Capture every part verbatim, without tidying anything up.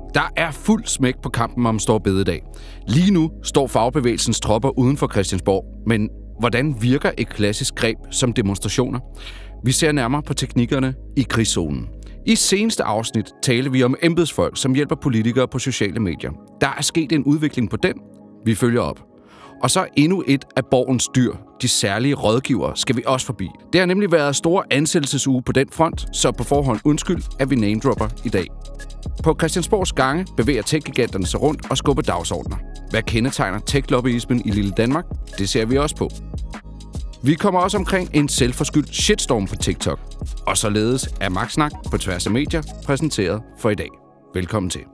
Der er fuld smæk på kampen om store bededag. Lige nu står fagbevægelsens tropper uden for Christiansborg, men hvordan virker et klassisk greb som demonstrationer? Vi ser nærmere på teknikkerne i krigszonen. I seneste afsnit taler vi om embedsfolk, som hjælper politikere på sociale medier. Der er sket en udvikling på den. Vi følger op. Og så endnu et af borgens dyr, de særlige rådgivere, skal vi også forbi. Det har nemlig været stor ansættelsesuge på den front, så på forhånd undskyld, at vi name-dropper i dag. På Christiansborgs gange bevæger tech-giganterne sig rundt og skubber dagsordner. Hvad kendetegner tech-lobbyismen i lille Danmark? Det ser vi også på. Vi kommer også omkring en selvforskyldt shitstorm på TikTok. Og således er Magtsnak på tværs af medier præsenteret for i dag. Velkommen til.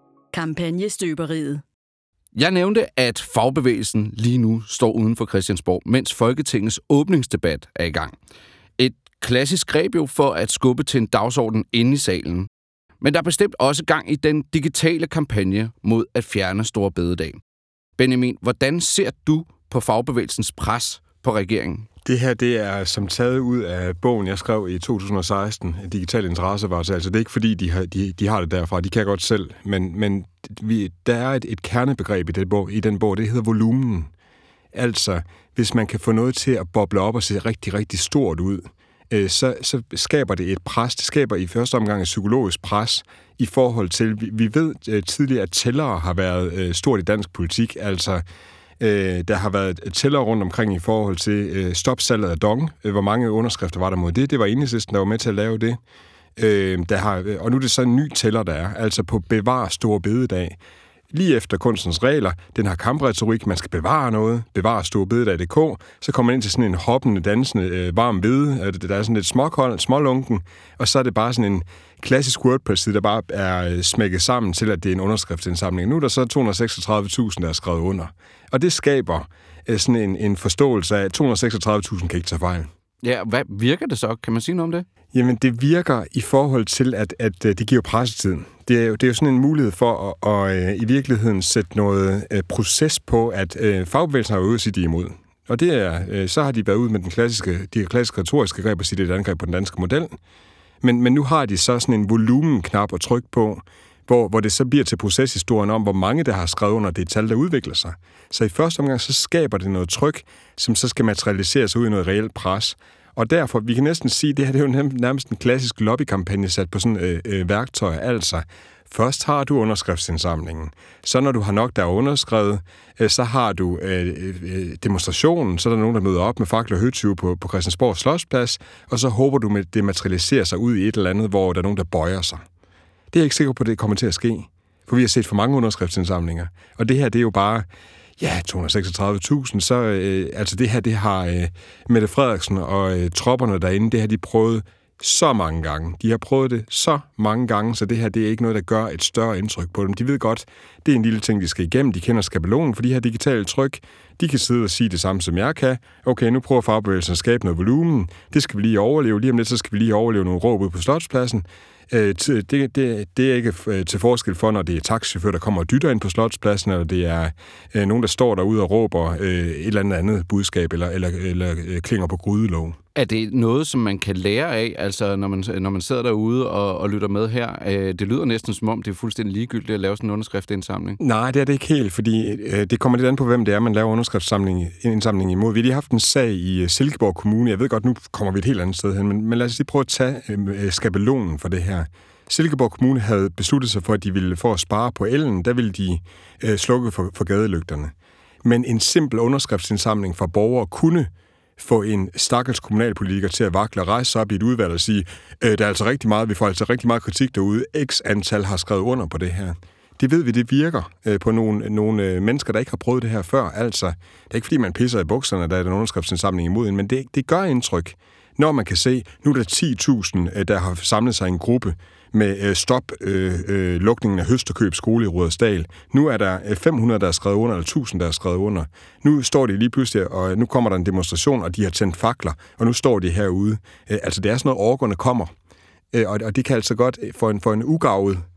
Kampagnestøberiet. Jeg nævnte, at fagbevægelsen lige nu står uden for Christiansborg, mens Folketingets åbningsdebat er i gang. Et klassisk greb jo for at skubbe til en dagsorden inde i salen. Men der er bestemt også gang i den digitale kampagne mod at fjerne store bededag. Benjamin, hvordan ser du på fagbevægelsens pres på regeringen? Det her, det er som taget ud af bogen, jeg skrev i to tusind og seksten, Digital Interessevaretagelse. Det er ikke fordi, de har, de, de har det derfra, de kan godt selv, men, men vi, der er et, et kernebegreb i den, bog, i den bog, det hedder volumen. Altså, hvis man kan få noget til at boble op og se rigtig, rigtig stort ud, øh, så, så skaber det et pres. Det skaber i første omgang et psykologisk pres i forhold til, vi, vi ved øh, tidligere, at tællere har været øh, stort i dansk politik, altså Øh, der har været tæller rundt omkring i forhold til øh, stopsalget af Dong. Øh, hvor mange underskrifter var der mod det? Det var Enhedslisten, der var med til at lave det. Øh, der har, og nu er det så en ny tæller, der er. Altså på bevar store bededag. Lige efter kunstens regler, den har kampretorik, man skal bevare noget, bevare store bededag punktum d k, så kommer man ind til sådan en hoppende, dansende, øh, varm hvede, der er sådan lidt småkold, smålunken, og så er det bare sådan en klassisk WordPress-side, der bare er smækket sammen til, at det er en underskriftsindsamling. Nu er der så to hundrede og seksogtredive tusind, der er skrevet under. Og det skaber øh, sådan en, en forståelse af, at to hundrede og seksogtredive tusind kan ikke tage fejl. Ja, hvad virker det så? Kan man sige noget om det? Jamen, det virker i forhold til, at, at det giver pressetiden. Det er, jo, det er jo sådan en mulighed for at, at, at i virkeligheden sætte noget uh, proces på, at uh, fagbevægelsen har jo ude at sige, de er imod. Og det er, uh, så har de været ude med den klassiske, de klassiske retoriske greb og sige, det er et angreb på den danske model. Men, men nu har de så sådan en volumenknap at trykke på, hvor, hvor det så bliver til proceshistorien om, hvor mange der har skrevet under det tal, der udvikler sig. Så i første omgang, så skaber det noget tryk, som så skal materialiseres ud i noget reelt pres. Og derfor, vi kan næsten sige, at det her det er jo nærmest en klassisk lobbykampagne sat på sådan øh, øh, værktøj. Altså, først har du underskriftsindsamlingen. Så når du har nok, der er underskrevet, øh, så har du øh, øh, demonstrationen. Så er der nogen, der møder op med fakler og høtyve på, på Christiansborg Slotsplads. Og så håber du, at det materialiserer sig ud i et eller andet, hvor der er nogen, der bøjer sig. Det er jeg ikke sikker på, at det kommer til at ske. For vi har set for mange underskriftsindsamlinger. Og det her, det er jo bare... Ja, to hundrede og seksogtredive tusind, så øh, altså det her, det har øh, Mette Frederiksen og øh, tropperne derinde, det har de prøvet så mange gange. De har prøvet det så mange gange, så det her, det er ikke noget, der gør et større indtryk på dem. De ved godt, det er en lille ting, de skal igennem. De kender skabelonen for de her digitale tryk. De kan sidde og sige det samme, som jeg kan. Okay, nu prøver fagbevægelsen at skabe noget volumen. Det skal vi lige overleve. Lige om lidt, så skal vi lige overleve nogle råb ud på Slotspladsen. Det, det, det er ikke til forskel for, når det er taxichauffør, der kommer og dytter ind på Slotspladsen, eller det er øh, nogen, der står derude og råber øh, et eller andet andet budskab, eller, eller, eller øh, klinger på grydelåg. Er det noget, som man kan lære af, altså når man, når man sidder derude og, og lytter med her? Øh, det lyder næsten som om, det er fuldstændig ligegyldigt at lave sådan en underskriftsindsamling. Nej, det er det ikke helt, fordi øh, det kommer lidt an på, hvem det er, man laver underskriftsindsamling imod. Vi har lige haft en sag i Silkeborg Kommune. Jeg ved godt, nu kommer vi et helt andet sted hen, men, men lad os lige prøve at tage øh, skabelonen for det her. Silkeborg Kommune havde besluttet sig for, at de ville for at spare på ellen, der ville de øh, slukke for, for gadelygterne. Men en simpel underskriftsindsamling fra borgere kunne få en stakkels kommunalpolitiker til at vakle og rejse sig op i et udvalg og sige, øh, der er altså rigtig meget, vi får altså rigtig meget kritik derude, x antal har skrevet under på det her. Det ved vi, det virker øh, på nogle, nogle øh, mennesker, der ikke har prøvet det her før. Altså, det er ikke fordi, man pisser i bukserne, der er en underskriftsindsamling imod en, men det, det gør indtryk, når man kan se, nu er der ti tusind, øh, der har samlet sig i en gruppe med øh, stop øh, øh, lukningen af Høsterkøb skole i Rudersdal. Nu er der fem hundrede, der er skrevet under, eller tusind, der er skrevet under. Nu står de lige pludselig, og nu kommer der en demonstration, og de har tændt fakler, og nu står de herude. Øh, altså, det er sådan noget, orkerne kommer. Øh, og, og det kan altså godt, for en, for en ugavet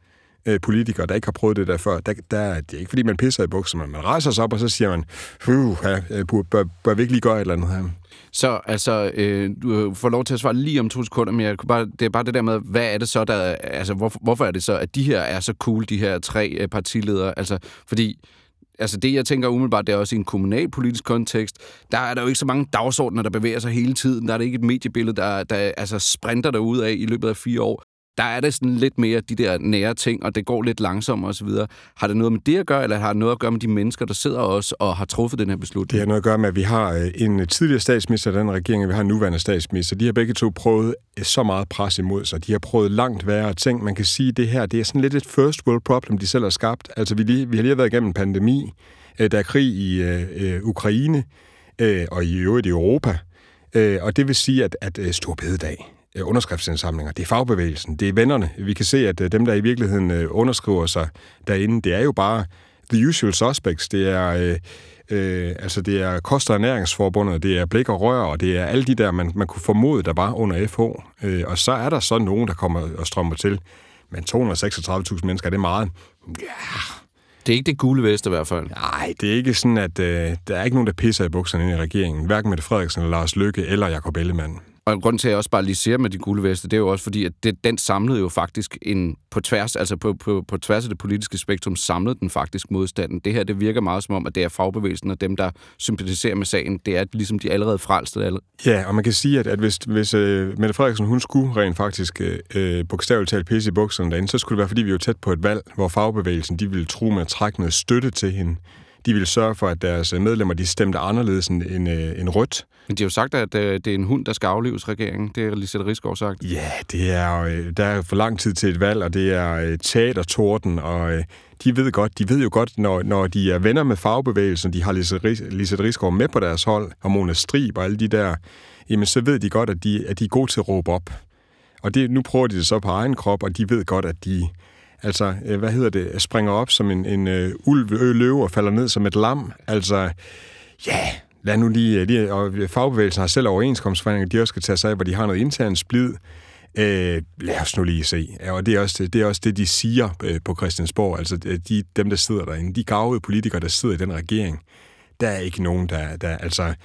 øh, politikere, der ikke har prøvet det der før. Der, der, det er ikke, fordi man pisser i bukserne, man rejser sig op, og så siger man, fuh, ja, bør, bør vi ikke lige gøre et eller andet her? Så altså, øh, du får lov til at svare lige om to sekunder, men jeg kunne bare, det er bare det der med, hvad er det så, der, altså hvorfor, hvorfor er det så, at de her er så cool, de her tre partiledere? Altså, fordi altså det, jeg tænker umiddelbart, det er også i en kommunalpolitisk kontekst. Der er der jo ikke så mange dagsordner, der bevæger sig hele tiden. Der er det ikke et mediebillede, der, der altså sprinter derudad i løbet af fire år. Der er det sådan lidt mere de der nære ting, og det går lidt langsomt og så videre. Har det noget med det at gøre, eller har det noget at gøre med de mennesker, der sidder også og har truffet den her beslutning? Det har noget at gøre med, at vi har en tidligere statsminister af den regering, og vi har en nuværende statsminister. De har begge to prøvet så meget pres imod sig. De har prøvet langt værre ting. Man kan sige, at det her det er sådan lidt et first world problem, de selv har skabt. Altså, vi, lige, vi har lige været igennem en pandemi. Der er krig i øh, Ukraine øh, og i øvrigt i Europa. Øh, og det vil sige, at, at Store Bededag, underskriftsindsamlinger, det er fagbevægelsen, det er vennerne. Vi kan se, at dem, der i virkeligheden underskriver sig derinde, det er jo bare the usual suspects. Det er, øh, øh, altså det er Kost- og Ernæringsforbundet, det er Blik og Rør, og det er alle de der, man, man kunne formode, der var under F H. Øh, og så er der så nogen, der kommer og strømmer til. Men to hundrede og seksogtredive tusind mennesker, det er meget. Ja. Det er ikke det gule vest i hvert fald. Nej, det er ikke sådan, at øh, der er ikke nogen, der pisser i bukserne inde i regeringen. Hverken Mette Frederiksen eller Lars Løkke eller Jakob Ellemann. Og grunden til, at jeg også bare lige siger med de gule veste, det er jo også fordi, at det, den samlede jo faktisk en, på tværs, altså på, på, på tværs af det politiske spektrum, samlede den faktisk modstanden. Det her, det virker meget som om, at det er fagbevægelsen og dem, der sympatiserer med sagen. Det er ligesom de allerede frelste. Ja, og man kan sige, at, at hvis, hvis uh, Mette Frederiksen, hun skulle rent faktisk uh, bogstaveligt talt pisse i bukserne derinde, så skulle det være, fordi vi var tæt på et valg, hvor fagbevægelsen, de ville tro med at trække noget støtte til hende. De ville sørge for, at deres medlemmer, de stemte anderledes end, end, end rødt. Men de har jo sagt, at det er en hund, der skal aflives regeringen. Det er Lisette Risgaard sagt. Ja, det er, der er for lang tid til et valg, og det er teatertorden, og de ved godt, de ved jo godt, når, når de er venner med fagbevægelsen, de har Lisette Risgaard med på deres hold, og Mona Strib og alle de der, jamen så ved de godt, at de, at de er gode til at råbe op. Og det, nu prøver de det så på egen krop, og de ved godt, at de... Altså, hvad hedder det, springer op som en, en uh, ulv, løve og falder ned som et lam. Altså, ja, lad nu lige, lige og fagbevægelsen har selv overenskomstforhandlinger, de også skal tage sig af, hvor de har noget intern splid. Øh, lad os nu lige se. Og det er også det, er også det de siger øh, på Christiansborg. Altså, de, dem, der sidder derinde, de garvede politikere, der sidder i den regering, der er ikke nogen, der... der altså,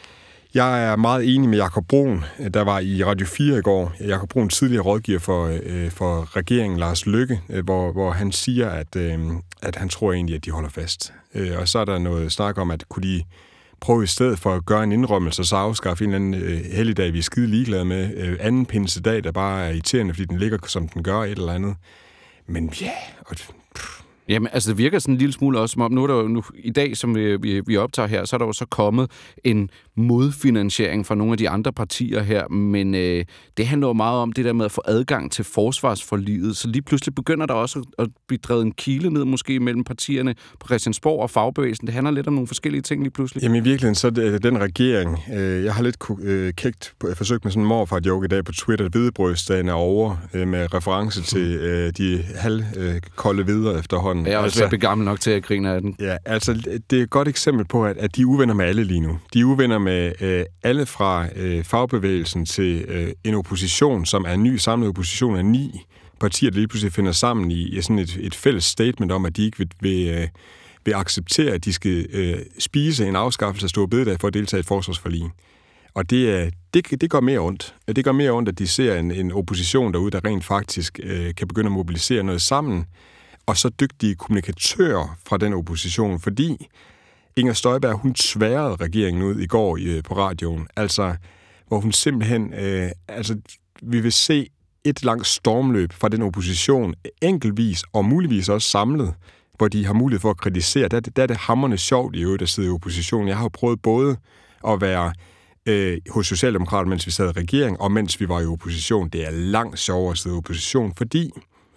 jeg er meget enig med Jakob Brun, der var i Radio fire i går. Jakob Brun, tidligere rådgiver for, øh, for regeringen Lars Løkke, øh, hvor, hvor han siger, at, øh, at han tror egentlig, at de holder fast. Øh, og så er der noget snak om, at kunne de prøve i stedet for at gøre en indrømmelse, så afskaffe en eller anden øh, helligdag, vi er skide ligeglade med. Øh, anden pinsedag, der bare er irriterende, fordi den ligger, som den gør, et eller andet. Men ja... Og, Jamen, altså det virker sådan en lille smule også som om, nu er der jo nu, i dag, som vi, vi, vi optager her, så er der jo så kommet en modfinansiering fra nogle af de andre partier her, men øh, det handler jo meget om det der med at få adgang til forsvarsforliget, så lige pludselig begynder der også at blive drevet en kile ned måske mellem partierne på Christiansborg og fagbevægelsen. Det handler lidt om nogle forskellige ting lige pludselig. Jamen i virkeligheden, så er det den regering, øh, jeg har lidt øh, kægt forsøgt med sådan en morfar-joke i dag på Twitter, hvedebrødsdagen er over, øh, med reference til øh, de halvkolde øh, hveder efterhånden. Jeg er også altså, ved gammel nok til at grine af den. Ja, altså det er et godt eksempel på, at, at de er uvenner med alle lige nu. De er uvenner med øh, alle fra øh, fagbevægelsen til øh, en opposition, som er en ny samlet opposition af ni partier, der lige pludselig finder sammen i, i sådan et, et fælles statement om, at de ikke vil, vil, øh, vil acceptere, at de skal øh, spise en afskaffelse af Store Bededag for at deltage i et forsvarsforlig. Og det, det, det gør mere ondt. Det gør mere ondt, at de ser en, en opposition derude, der rent faktisk øh, kan begynde at mobilisere noget sammen, og så dygtige kommunikatører fra den opposition, fordi Inger Støjberg, hun tværede regeringen ud i går i, på radioen, altså hvor hun simpelthen, øh, altså vi vil se et langt stormløb fra den opposition, enkeltvis og muligvis også samlet, hvor de har mulighed for at kritisere. Der, der er det hamrende sjovt i øvrigt at sidde i opposition. Jeg har jo prøvet både at være øh, hos Socialdemokraterne, mens vi sad i regering, og mens vi var i opposition. Det er langt sjovere at sidde i opposition, fordi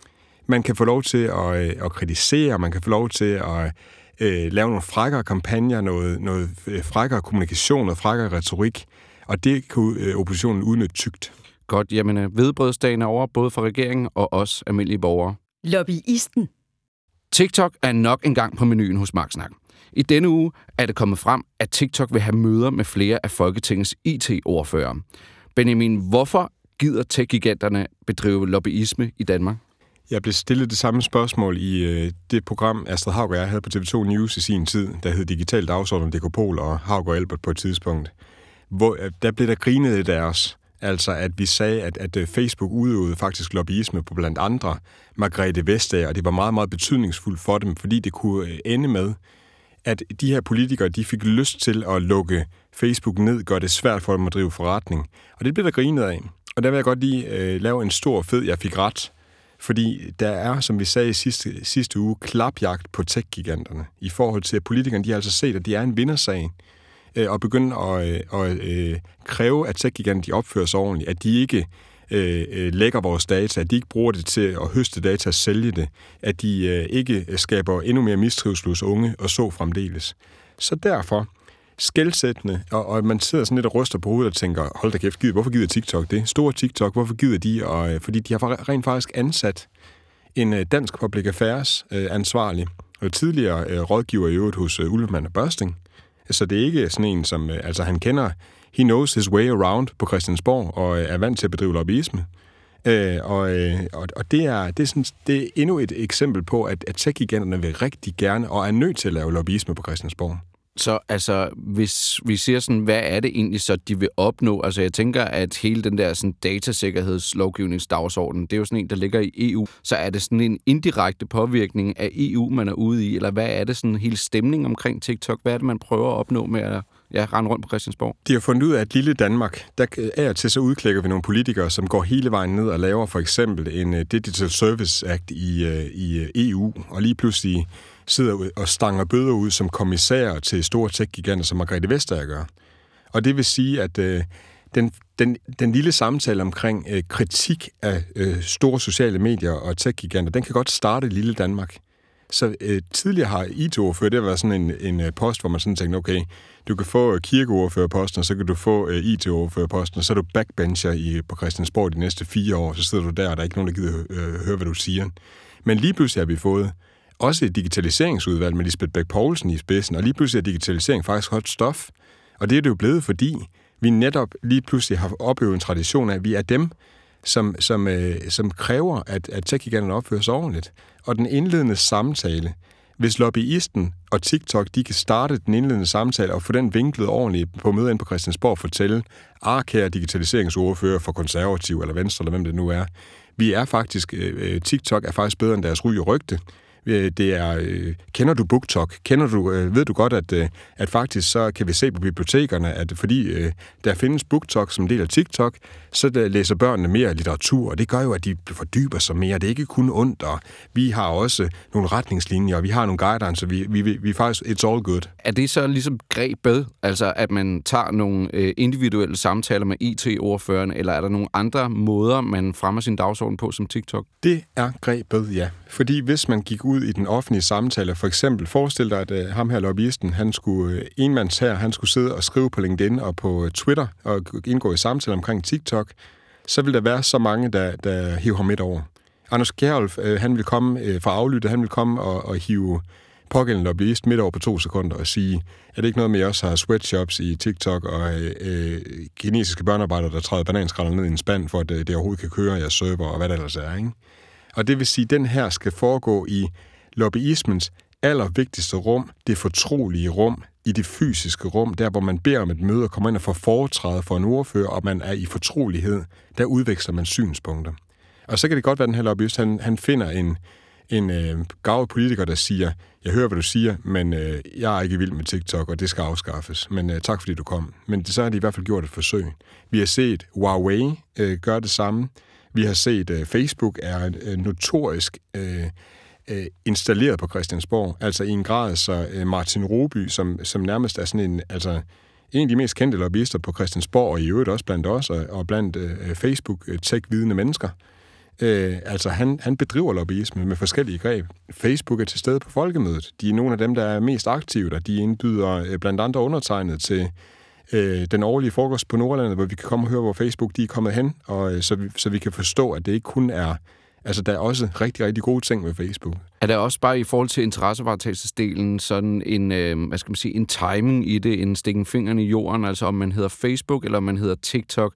man kan få lov til at, øh, at kritisere, man kan få lov til at øh, lave nogle frækkere kampagner, noget, noget frækkere kommunikation, noget frækkere retorik, og det kan øh, oppositionen udnytte tykt. Godt, jamen hvedebrødsdagen er over, både for regeringen og os almindelige borgere. Lobbyisten. TikTok er nok engang på menuen hos Maksnak. I denne uge er det kommet frem, at TikTok vil have møder med flere af Folketingets I T-ordførere. Benjamin, hvorfor gider tech-giganterne bedrive lobbyisme i Danmark? Jeg blev stillet det samme spørgsmål i øh, det program, Astrid Haug og jeg havde på T V to News i sin tid, der hed Digital Dagsorden, D K Pol og Haug og Albert på et tidspunkt. Hvor, øh, der blev der grinet i deres, altså at vi sagde, at, at øh, Facebook udøvede faktisk lobbyisme på blandt andre Margrethe Vestager, og det var meget, meget betydningsfuldt for dem, fordi det kunne øh, ende med, at de her politikere, de fik lyst til at lukke Facebook ned, gør det svært for dem at drive forretning. Og det blev der grinet af. Og der vil jeg godt lige øh, lave en stor fed, jeg fik ret. Fordi der er, som vi sagde sidste, sidste uge, klapjagt på tech-giganterne. I forhold til, at politikerne, de har altså set, at de er en vindersag. Øh, og begynde at, øh, at øh, kræve, at tech-giganterne, de opfører sig ordentligt. At de ikke øh, lægger vores data, at de ikke bruger det til at høste data og sælge det. At de øh, ikke skaber endnu mere mistrivsel hos unge og så fremdeles. Så derfor skelsættende, og, og man sidder sådan lidt og ryster på hovedet og tænker, hold da kæft, hvorfor gider TikTok det? Store TikTok, hvorfor gider de? Og, fordi de har rent faktisk ansat en dansk public affairs øh, ansvarlig, og tidligere øh, rådgiver i øvrigt hos øh, Ullmann og Børsting. Så det er ikke sådan en, som, øh, altså han kender, he knows his way around på Christiansborg, og øh, er vant til at bedrive lobbyisme. Øh, og, øh, og det er, det, er sådan, det er endnu et eksempel på, at, at tech-giganterne vil rigtig gerne, og er nødt til at lave lobbyisme på Christiansborg. Så altså, hvis vi siger sådan, hvad er det egentlig så, de vil opnå? Altså, jeg tænker, at hele den der sådan, datasikkerhedslovgivningsdagsorden, det er jo sådan en, der ligger i E U. Så er det sådan en indirekte påvirkning af E U, man er ude i? Eller hvad er det sådan hele stemning omkring TikTok? Hvad er det, man prøver at opnå med at ja, rende rundt på Christiansborg? De har fundet ud af, at lille Danmark, der er til så udklækker vi nogle politikere, som går hele vejen ned og laver for eksempel en Digital Service Act i, i E U, og lige pludselig sidder og stanger bøder ud som kommissærer til store tech-giganter, som Margrethe Vestager gør. Og det vil sige, at øh, den, den, den lille samtale omkring øh, kritik af øh, store sociale medier og tech-giganter, den kan godt starte i lille Danmark. Så øh, tidligere har I T-ordfører, det har været sådan en, en post, hvor man sådan tænkte, okay, du kan få kirkeordførerposten, og så kan du få øh, I T-ordførerposten, og så er du backbencher i, på Christiansborg de næste fire år, så sidder du der, og der er ikke nogen, der gider øh, høre, hvad du siger. Men lige pludselig har vi fået også et digitaliseringsudvalg med Lisbeth Bech Poulsen i spidsen, og lige pludselig er digitalisering faktisk hot stof. Og det er det jo blevet, fordi vi netop lige pludselig har oplevet en tradition af, at vi er dem, som, som, øh, som kræver, at, at tech-giganterne opfører sig ordentligt. Og den indledende samtale, hvis lobbyisten og TikTok, de kan starte den indledende samtale og få den vinklet ordentligt på møder ind på Christiansborg og fortælle, ah, kære digitaliseringsordfører for konservativ eller venstre, eller hvem det nu er, vi er faktisk, øh, TikTok er faktisk bedre end deres ry og rygte. Det er, øh, kender du BookTok? Kender du, øh, ved du godt, at, øh, at faktisk så kan vi se på bibliotekerne, at fordi øh, der findes BookTok som del af TikTok, så der læser børnene mere litteratur, og det gør jo, at de fordyber sig mere. Det er ikke kun ondt, og vi har også nogle retningslinjer, og vi har nogle guidelines, så vi, vi, vi er faktisk, it's all good. Er det så ligesom grebet, altså at man tager nogle øh, individuelle samtaler med I T-ordføreren, eller er der nogle andre måder, man fremmer sin dagsorden på som TikTok? Det er grebet, ja. Fordi hvis man gik ud i den offentlige samtale, for eksempel forestil dig, at uh, ham her lobbyisten, han skulle, uh, enmands her, han skulle sidde og skrive på LinkedIn og på uh, Twitter og indgå i samtaler omkring TikTok, så vil der være så mange, der, der hiver ham midt over. Anders Kjærulf, uh, han vil komme uh, fra aflyttet, han vil komme og, og hive pågældende lobbyist midt over på to sekunder og sige, er det ikke noget med, at I også har sweatshops i TikTok og uh, kinesiske børnearbejdere, der træder bananskralder ned i en spand, for at uh, det overhovedet kan køre jeres server og hvad der ellers er, ikke? Og det vil sige, at den her skal foregå i lobbyismens allervigtigste rum, det fortrolige rum, i det fysiske rum, der hvor man beder om et møde og kommer ind og får foretræde for en ordfører, og man er i fortrolighed, der udveksler man synspunkter. Og så kan det godt være, at den her lobbyist, han, han finder en, en øh, gavet politiker, der siger, jeg hører, hvad du siger, men øh, jeg er ikke vild med TikTok, og det skal afskaffes. Men øh, tak, fordi du kom. Men så har de i hvert fald gjort et forsøg. Vi har set Huawei øh, gøre det samme. Vi har set, at Facebook er uh, notorisk uh, uh, installeret på Christiansborg, altså i en grad, så uh, Martin Roby, som, som nærmest er sådan en, altså en af de mest kendte lobbyister på Christiansborg, og i øvrigt også blandt os, og, og blandt uh, Facebook-tech-vidende mennesker, uh, altså han, han bedriver lobbyisme med forskellige greb. Facebook er til stede på folkemødet. De er nogle af dem, der er mest aktive, og de indbyder uh, blandt andre undertegnet til den årlige frokost på Nordlandet, hvor vi kan komme og høre, hvor Facebook de er kommet hen, og så vi, så vi kan forstå, at det ikke kun er, altså der er også rigtig, rigtig gode ting med Facebook. Er der også bare i forhold til interessevaretagelsesdelen sådan en, øh, hvad skal man sige, en timing i det, en stikken fingeren i jorden, altså om man hedder Facebook eller om man hedder TikTok,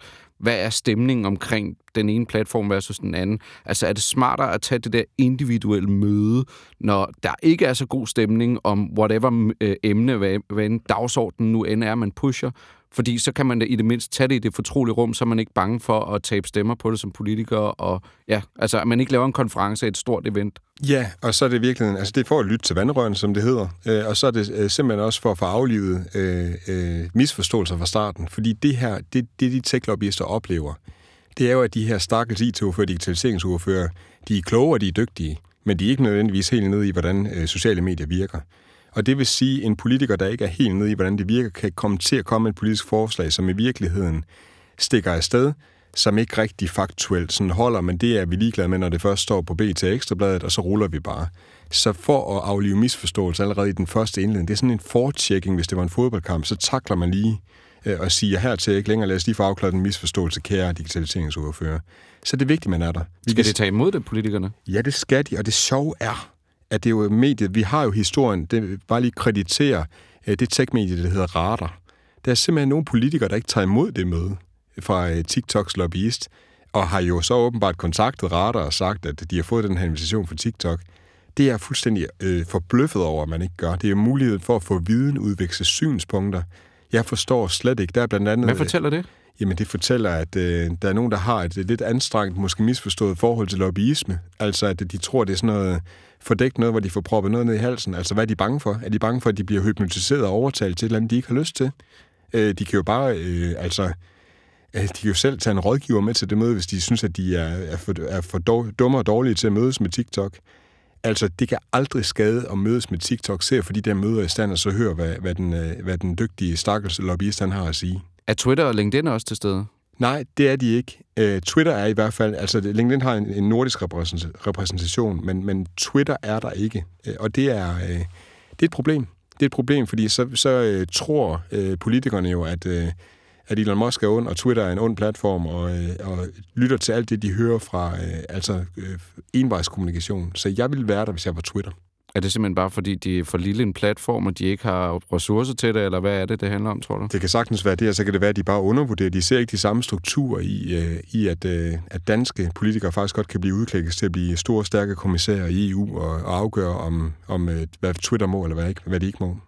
hvad er stemningen omkring den ene platform versus den anden? Altså, er det smartere at tage det der individuelle møde, når der ikke er så god stemning om whatever øh, emne, hvad, hvad en dagsorden nu end er, man pusher? Fordi så kan man da i det mindste tage det i det fortrolige rum, så er man ikke bange for at tabe stemmer på det som politiker, og ja, altså at man ikke laver en konference af et stort event. Ja, og så er det virkelig, altså det er for at lytte til vandrørene, som det hedder, øh, og så er det øh, simpelthen også for at få aflivet øh, øh, misforståelser fra starten, fordi det her, det, det de tech-lobbyister oplever, det er jo, at de her stakkels I T-ordfører, digitaliseringsordfører, de er kloge og de er dygtige, men de er ikke nødvendigvis helt nede i, hvordan øh, sociale medier virker. Og det vil sige, at en politiker, der ikke er helt nede i, hvordan det virker, kan komme til at komme med et politisk forslag, som i virkeligheden stikker afsted, som ikke rigtig faktuelt sådan holder, men det er vi ligeglade med, når det først står på B T Ekstrabladet, og så ruller vi bare. Så for at aflive misforståelse allerede i den første indledning, det er sådan en fortchecking, hvis det var en fodboldkamp, så takler man lige øh, og siger hertil ikke længere, lad os lige få afklaret den misforståelse, kære digitaliseringsordfører. Så det er vigtigt, man er der. Vi skal det tage imod det, politikerne? Ja, det skal de, og det sjove er, at det er jo mediet, vi har jo historien, det bare lige kreditere det tech-medie, der hedder Radar. Der er simpelthen nogle politikere, der ikke tager imod det møde fra TikToks lobbyist, og har jo så åbenbart kontaktet Radar og sagt, at de har fået den her invitation fra TikTok. Det er jeg fuldstændig øh, forbløffet over, at man ikke gør. Det er jo mulighed for at få viden, udveksle synspunkter. Jeg forstår slet ikke. Der er blandt andet... Hvad fortæller det? Jamen, det fortæller, at øh, der er nogen, der har et lidt anstrengt, måske misforstået forhold til lobbyisme. Altså, at de tror, det er sådan noget fordækt noget, hvor de får proppet noget ned i halsen. Altså, hvad er de bange for? Er de bange for, at de bliver hypnotiseret og overtalt til et eller andet, de ikke har lyst til? Øh, de kan jo bare, øh, altså... Øh, de kan jo selv tage en rådgiver med til det møde, hvis de synes, at de er, er for, er for dumme og dårlige til at mødes med TikTok. Altså, det kan aldrig skade at mødes med TikTok, ser for de der møder i stand, og så høre, hvad, hvad, den, hvad den dygtige stakkels lobbyist, han har at sige. Er Twitter og LinkedIn også til stede? Nej, det er de ikke. Uh, Twitter er i hvert fald... Altså, LinkedIn har en, en nordisk repræsentation, men, men Twitter er der ikke. Uh, og det er, uh, det er et problem. Det er et problem, fordi så, så uh, tror uh, politikerne jo, at, uh, at Elon Musk er ond, og Twitter er en ond platform, og, uh, og lytter til alt det, de hører fra uh, altså uh, envejskommunikation. Så jeg ville være der, hvis jeg var Twitter. Er det simpelthen bare, fordi de er for lille en platform, og de ikke har ressourcer til det, eller hvad er det, det handler om, tror du? Det kan sagtens være det, og så kan det være, at de bare undervurderer. De ser ikke de samme strukturer i, øh, i at, øh, at danske politikere faktisk godt kan blive udklækket til at blive store, stærke kommissærer i E U og, og afgøre, om, om øh, hvad Twitter må, eller hvad, ikke, hvad de ikke må.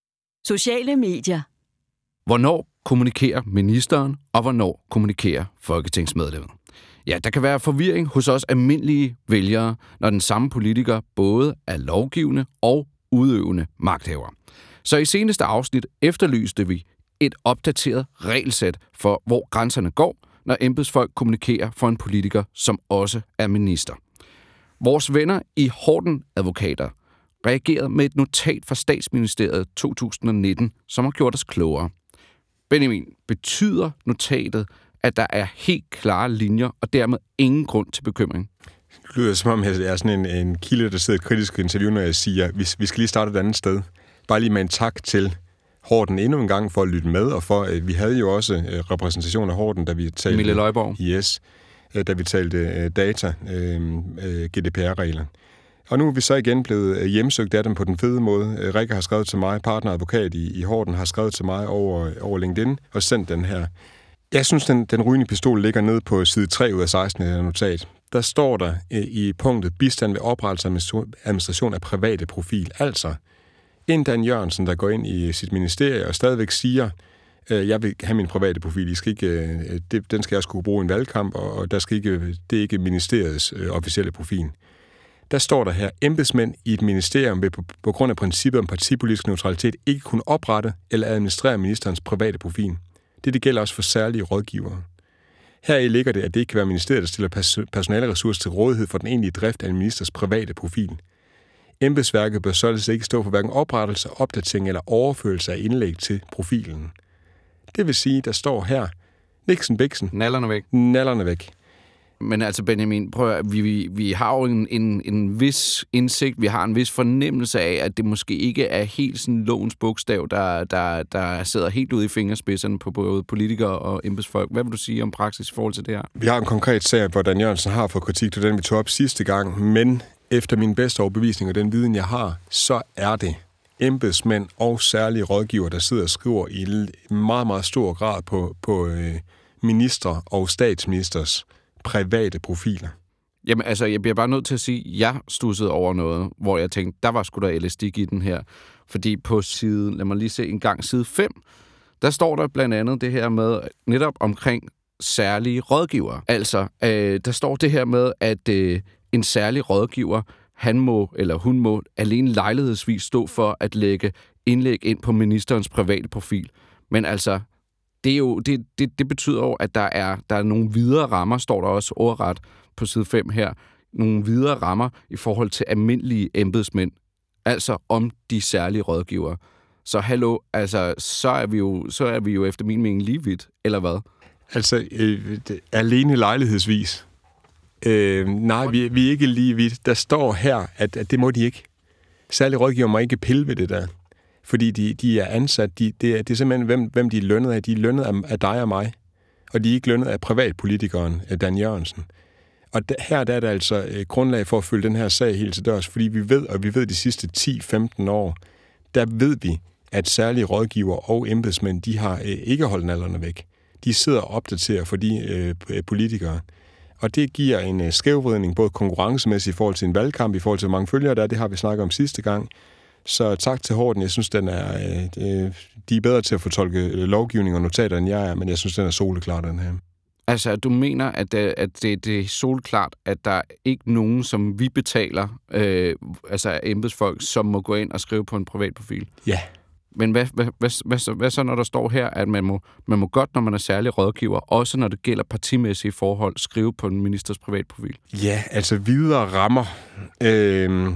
Sociale medier. Hvornår kommunikerer ministeren, og hvornår kommunikerer folketingsmedlemmet? Ja, der kan være forvirring hos os almindelige vælgere, når den samme politiker både er lovgivende og udøvende magthaver. Så i seneste afsnit efterlyste vi et opdateret regelsæt for, hvor grænserne går, når embedsfolk kommunikerer for en politiker, som også er minister. Vores venner i Horten Advokater reagerede med et notat fra Statsministeriet to tusind nitten, som har gjort os klogere. Benjamin, betyder notatet, at der er helt klare linjer, og dermed ingen grund til bekymring? Det lyder som om, jeg er sådan en, en kilde, der sidder et kritisk interview, når jeg siger, at vi, vi skal lige starte et andet sted. Bare lige med en tak til Horten endnu en gang for at lytte med, og for, at vi havde jo også repræsentation af Horten, da vi talte... Mille Løjborg. Yes, da vi talte data, G D P R-regler. Og nu er vi så igen blevet hjemsøgt af dem på den fede måde. Rikke har skrevet til mig, partneradvokat i, i Horten, har skrevet til mig over, over LinkedIn og sendt den her. Jeg synes, den, den rygende pistol ligger nede på side tre ud af seksten i notat. Der står der i punktet bistand ved oprettelse og administration af private profil. Altså, en Dan Jørgensen, der går ind i sit ministerie og stadigvæk siger, jeg vil have min private profil, I skal ikke, det, den skal jeg skulle bruge i en valgkamp, og der skal ikke, det er ikke ministeriets officielle profil. Der står der her, embedsmænd i et ministerium vil på, på grund af princippet om partipolitisk neutralitet ikke kunne oprette eller administrere ministerens private profil. Det, det gælder også for særlige rådgivere. Heri ligger det, at det ikke kan være ministeriet, der stiller pers- personaleressourcer til rådighed for den egentlige drift af en ministers private profil. Embedsværket bør således ikke stå for hverken oprettelse, opdatering eller overførelse af indlæg til profilen. Det vil sige, der står her, Nixon Bixen. Nallerne væk. Nallerne væk. Men altså, Benjamin, prøv at, vi, vi, vi har jo en, en, en vis indsigt, vi har en vis fornemmelse af, at det måske ikke er helt sådan lovens bogstav, der, der, der sidder helt ude i fingerspidserne på både politikere og embedsfolk. Hvad vil du sige om praksis i forhold til det her? Vi har en konkret sag, hvor Dan Jørgensen har fået kritik til den, vi tog op sidste gang, men efter min bedste overbevisning og den viden, jeg har, så er det embedsmænd og særlige rådgiver, der sidder og skriver i meget, meget stor grad på, på øh, ministre og statsministers private profiler. Jamen, altså, jeg bliver bare nødt til at sige, at jeg stussede over noget, hvor jeg tænkte, der var sgu da elastik i den her. Fordi på side, lad mig lige se en gang, side fem, der står der blandt andet det her med, netop omkring særlige rådgivere. Altså, øh, der står det her med, at øh, en særlig rådgiver, han må, eller hun må, alene lejlighedsvis stå for at lægge indlæg ind på ministerens private profil. Men altså, det, er jo, det, det, det betyder jo, at der er, der er nogle videre rammer, står der også ordret på side fem her, nogle videre rammer i forhold til almindelige embedsmænd, altså om de særlige rådgivere. Så hallo, altså, så er vi jo, så er vi jo efter min mening lige vidt, eller hvad? Altså, øh, det, alene lejlighedsvis. Øh, nej, vi, vi er ikke lige vidt. Der står her, at, at det må de ikke. Særlige rådgiver må ikke pille ved det der. Fordi de, de er ansat, de, det, er, det er simpelthen, hvem, hvem de er lønnet af. De er lønnet af, af dig og mig. Og de er ikke lønnet af privatpolitikeren, Dan Jørgensen. Og der, her der er der altså øh, grundlag for at følge den her sag helt til dørs, fordi vi ved, og vi ved de sidste ti til femten år, der ved vi, at særlige rådgiver og embedsmænd, de har øh, ikke holdt nallerne væk. De sidder og opdaterer for de øh, politikere. Og det giver en øh, skævvridning, både konkurrencemæssigt i forhold til en valgkamp, i forhold til hvor mange følgere der er, det har vi snakket om sidste gang. Så tak til Horten. Jeg synes, den er, øh, de er bedre til at fortolke lovgivning og notater, end jeg er, men jeg synes, den er soleklar, den her. Altså, du mener, at, det, at det, det er solklart, at der er ikke nogen, som vi betaler, øh, altså embedsfolk, som må gå ind og skrive på en privat profil? Ja. Men hvad, hvad, hvad, hvad, så, hvad så, når der står her, at man må, man må godt, når man er særlig rådgiver, også når det gælder partimæssige forhold, skrive på en ministers privat profil? Ja, altså videre rammer. Øh,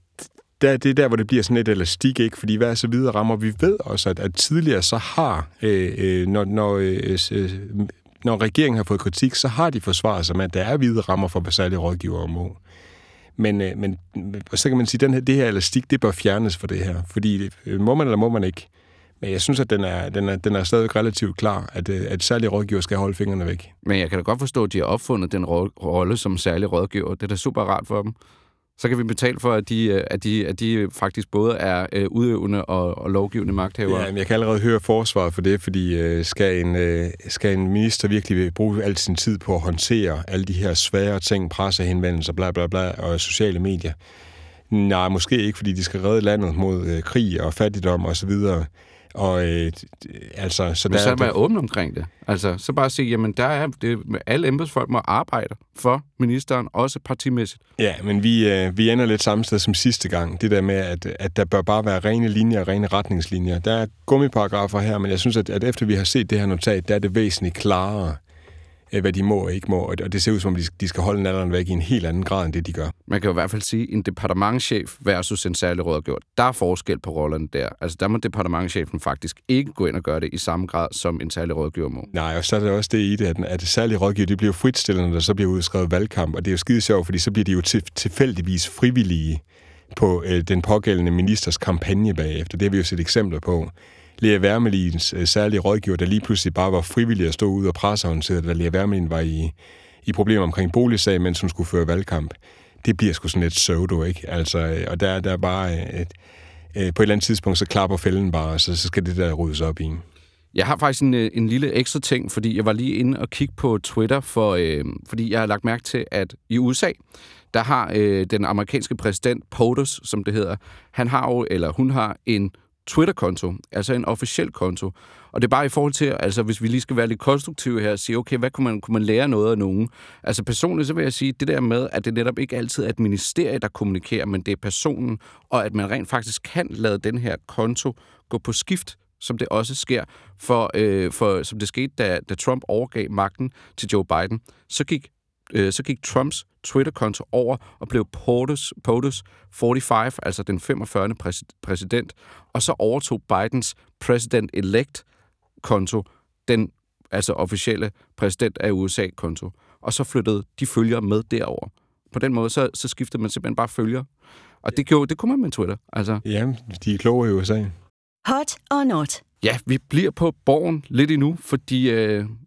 der, det er der, hvor det bliver sådan et elastik, ikke? Fordi hvad er så videre rammer? Vi ved også, at, at tidligere så har, øh, når, når, øh, når regeringen har fået kritik, så har de forsvaret sig med, at der er videre rammer for, hvad særlige rådgivere må. Men, men så kan man sige, at den her, det her elastik, det bør fjernes for det her. Fordi må man eller må man ikke. Men jeg synes, at den er, den er, den er stadig relativt klar, at, at særlige rådgiver skal holde fingrene væk. Men jeg kan da godt forstå, at de har opfundet den rolle som særlige rådgiver. Det er da super rart for dem. Så kan vi betale for, at de, at de, at de faktisk både er udøvende og, og lovgivende magthavere. Ja, men jeg kan allerede høre forsvaret for det, fordi skal en, skal en minister virkelig bruge al sin tid på at håndtere alle de her svære ting, pressehenvendelser, bla bla bla, og sociale medier? Nej, måske ikke, fordi de skal redde landet mod øh, krig og fattigdom og så videre. Og øh, altså, så men der så er være åben omkring det. Altså, så bare sige, jamen der er det, alle embedsfolk må arbejde for ministeren, også partimæssigt. Ja, men vi, øh, vi ender lidt samme sted som sidste gang. Det der med, at, at der bør bare være rene linjer og rene retningslinjer. Der er gummiparagrafer her, men jeg synes, at, at efter vi har set det her notat, der er det væsentligt klarere, hvad de må og ikke må, og det ser ud som om, de skal holde nallerne væk i en helt anden grad, end det de gør. Man kan jo i hvert fald sige, en departementschef versus en særlig rådgiver, der er forskel på rollerne der. Altså der må departementschefen faktisk ikke gå ind og gøre det i samme grad, som en særlig rådgiver må. Nej, og så er det også det i det, at det særlige rådgiver, de bliver fritstillende, der så bliver udskrevet valgkamp, og det er jo skide sjovt, fordi så bliver de jo til, tilfældigvis frivillige på øh, den pågældende ministers kampagne bagefter. Det har vi jo set eksempler på. Lea Wermelins øh, særlige rådgiver, der lige pludselig bare var frivillig at stå ude og pressehåndtere, da Lea Wermelin var i, i problemer omkring boligsag, mens hun skulle føre valgkamp. Det bliver sgu sådan lidt pseudo, ikke? Altså, øh, og der, der er bare et, øh, på et eller andet tidspunkt, så klapper fælden bare, så, så skal det der ryddes op i. Jeg har faktisk en, en lille ekstra ting, fordi jeg var lige inde og kigge på Twitter, for, øh, fordi jeg har lagt mærke til, at i U S A, der har øh, den amerikanske præsident POTUS, som det hedder, han har jo, eller hun har en Twitter-konto, altså en officiel konto. Og det er bare i forhold til, altså hvis vi lige skal være lidt konstruktive her og sige, okay, hvad kunne man, kunne man lære noget af nogen? Altså personligt så vil jeg sige, det der med, at det netop ikke altid er et ministerie, der kommunikerer, men det er personen, og at man rent faktisk kan lade den her konto gå på skift, som det også sker, for, øh, for, som det skete, da, da Trump overgav magten til Joe Biden. Så gik, øh, så gik Trumps Twitter-konto over og blev POTUS, POTUS femogfyrre, altså den femogfyrre præsident, og så overtog Bidens President-elect-konto, den altså officielle præsident af U S A-konto, og så flyttede de følgere med derover. På den måde, så, så skiftede man simpelthen bare følger. Og det, gjorde, det kunne man med Twitter. Altså. Ja, de er kloge i U S A. Hot or not? Ja, vi bliver på borgen lidt endnu, fordi øh,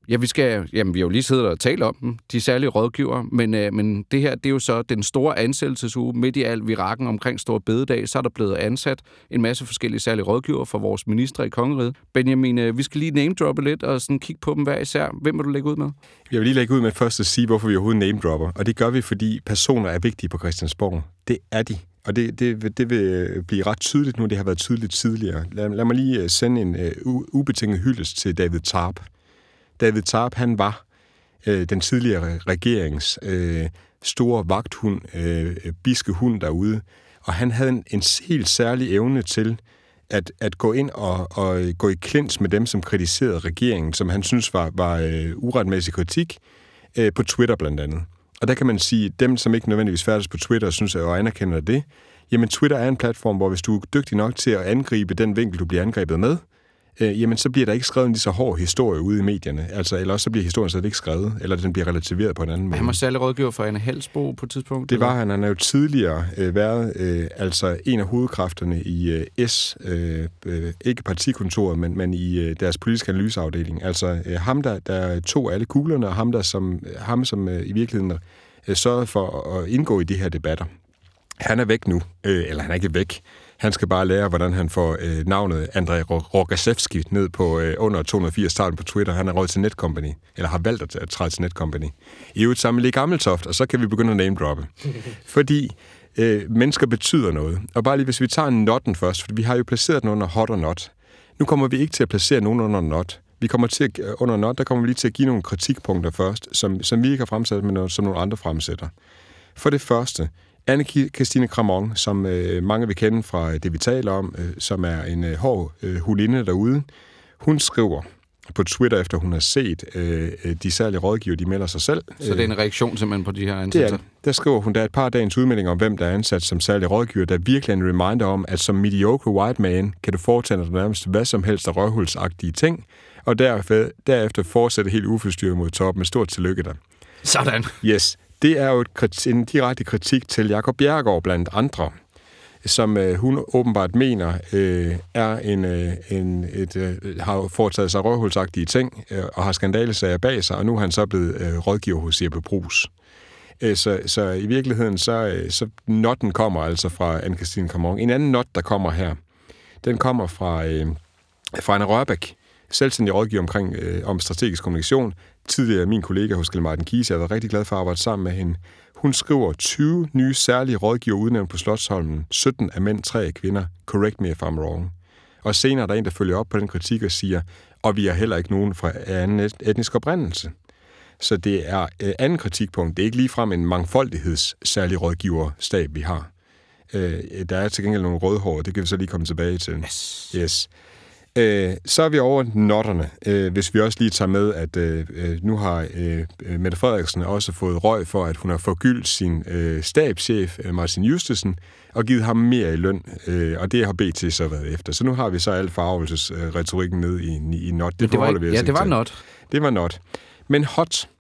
Ja, vi skal, jamen, vi har jo lige siddet og talt om dem, de særlige rådgivere, men, øh, men det her, det er jo så den store ansættelsesuge midt i al virakken omkring Store Bededag, så er der blevet ansat en masse forskellige særlige rådgivere for vores ministre i kongeriget. Benjamin, øh, vi skal lige name-droppe lidt og sådan kigge på dem hver især. Hvem vil du lægge ud med? Jeg vil lige lægge ud med først at sige, hvorfor vi overhovedet name-dropper, og det gør vi, fordi personer er vigtige på Christiansborg. Det er de. Og det, det, det vil blive ret tydeligt nu, det har været tydeligt tidligere. Lad, lad mig lige sende en uh, ubetinget hyldest til David Tarp. David Tarp, han var øh, den tidligere regerings øh, store vagthund, øh, biske hund derude, og han havde en, en helt særlig evne til at, at gå ind og, og gå i klins med dem, som kritiserede regeringen, som han synes var, var øh, uretmæssig kritik, øh, på Twitter blandt andet. Og der kan man sige, dem, som ikke nødvendigvis færdes på Twitter, synes jeg og anerkender det, jamen Twitter er en platform, hvor hvis du er dygtig nok til at angribe den vinkel, du bliver angrebet med, øh, jamen så bliver der ikke skrevet en lige så hård historie ude i medierne. Altså, eller også så bliver historien så ikke skrevet, eller den bliver relativeret på en anden måde. Han var særlig rådgiver for Anne Halsbo på et tidspunkt? Det var han. Han har jo tidligere øh, været øh, altså en af hovedkræfterne i øh, S, øh, øh, ikke partikontoret, men, men i øh, deres politiske analyseafdeling. Altså øh, ham, der, der tog alle kuglerne, og ham, der som, ham, som øh, i virkeligheden øh, sørgede for at indgå i de her debatter. Han er væk nu, øh, eller han er ikke væk. Han skal bare lære, hvordan han får øh, navnet Andrej Rogasevski ned på øh, under to hundrede og firs starten på Twitter. Han er råd til Netcompany, eller har valgt at træde til Netcompany. I øvrigt sammen med Gammeltoft, og så kan vi begynde at name-droppe. Fordi øh, mennesker betyder noget. Og bare lige, hvis vi tager notten først, for vi har jo placeret den under hot og not. Nu kommer vi ikke til at placere nogen under not. Vi kommer til at, under not, der kommer vi lige til at give nogle kritikpunkter først, som, som vi ikke har fremsat, men noget, som nogle andre fremsætter. For det første, Anne-Kristine Kramon, som øh, mange vil kende fra det, vi taler om, øh, som er en øh, hård øh, hulinde derude, hun skriver på Twitter, efter hun har set øh, de særlige rådgiver, de melder sig selv. Så det er en reaktion simpelthen på de her ansættelser? Det er, der skriver hun, der er et par dagens udmeldinger om, hvem der er ansat som særlige rådgiver, der er virkelig en reminder om, at som mediocre white man kan du foretage dig nærmest hvad som helst af røvhulsagtige ting, og derefter, derefter fortsætte helt uforstyrret mod toppen med stort tillykke der. Sådan. Yes. Det er jo et, en direkte kritik til Jakob Bjerregaard blandt andre, som øh, hun åbenbart mener øh, er en, øh, en et, øh, har foretaget sig røvhulsagtige ting øh, og har skandalesager bag sig, og nu er han så blevet øh, rådgiver hos Jeppe Bruus. Øh, så, så i virkeligheden, så, øh, så notten kommer altså fra Anne-Kristine Kramon. En anden not, der kommer her, den kommer fra, øh, fra Anna Rørbæk, selvstændig rådgiver omkring, øh, om strategisk kommunikation. Tidligere min kollega hos Kjell Martin Kies, jeg har været rigtig glad for at arbejde sammen med hende. Hun skriver tyve nye særlige rådgiver udnævnt på Slotsholmen, sytten af mænd, tre af kvinder. Correct me if I'm wrong. Og senere er der en, der følger op på den kritik og siger, og vi er heller ikke nogen fra anden etnisk oprindelse. Så det er øh, anden kritikpunkt. Det er ikke ligefrem en mangfoldigheds særlig rådgiverstab, vi har. Øh, der er til gengæld nogle rødhår, det kan vi så lige komme tilbage til. Yes. Yes. Øh, så er vi over notterne, øh, hvis vi også lige tager med, at øh, nu har øh, Mette Frederiksen også fået røg for, at hun har forgyldt sin øh, stabschef, Martin Justesen, og givet ham mere i løn, øh, og det har B T så været efter. Så nu har vi så al farvelsesretorikken ned i, i, i not. Det, det var, vi ja, det var not. Det var not. Men hot,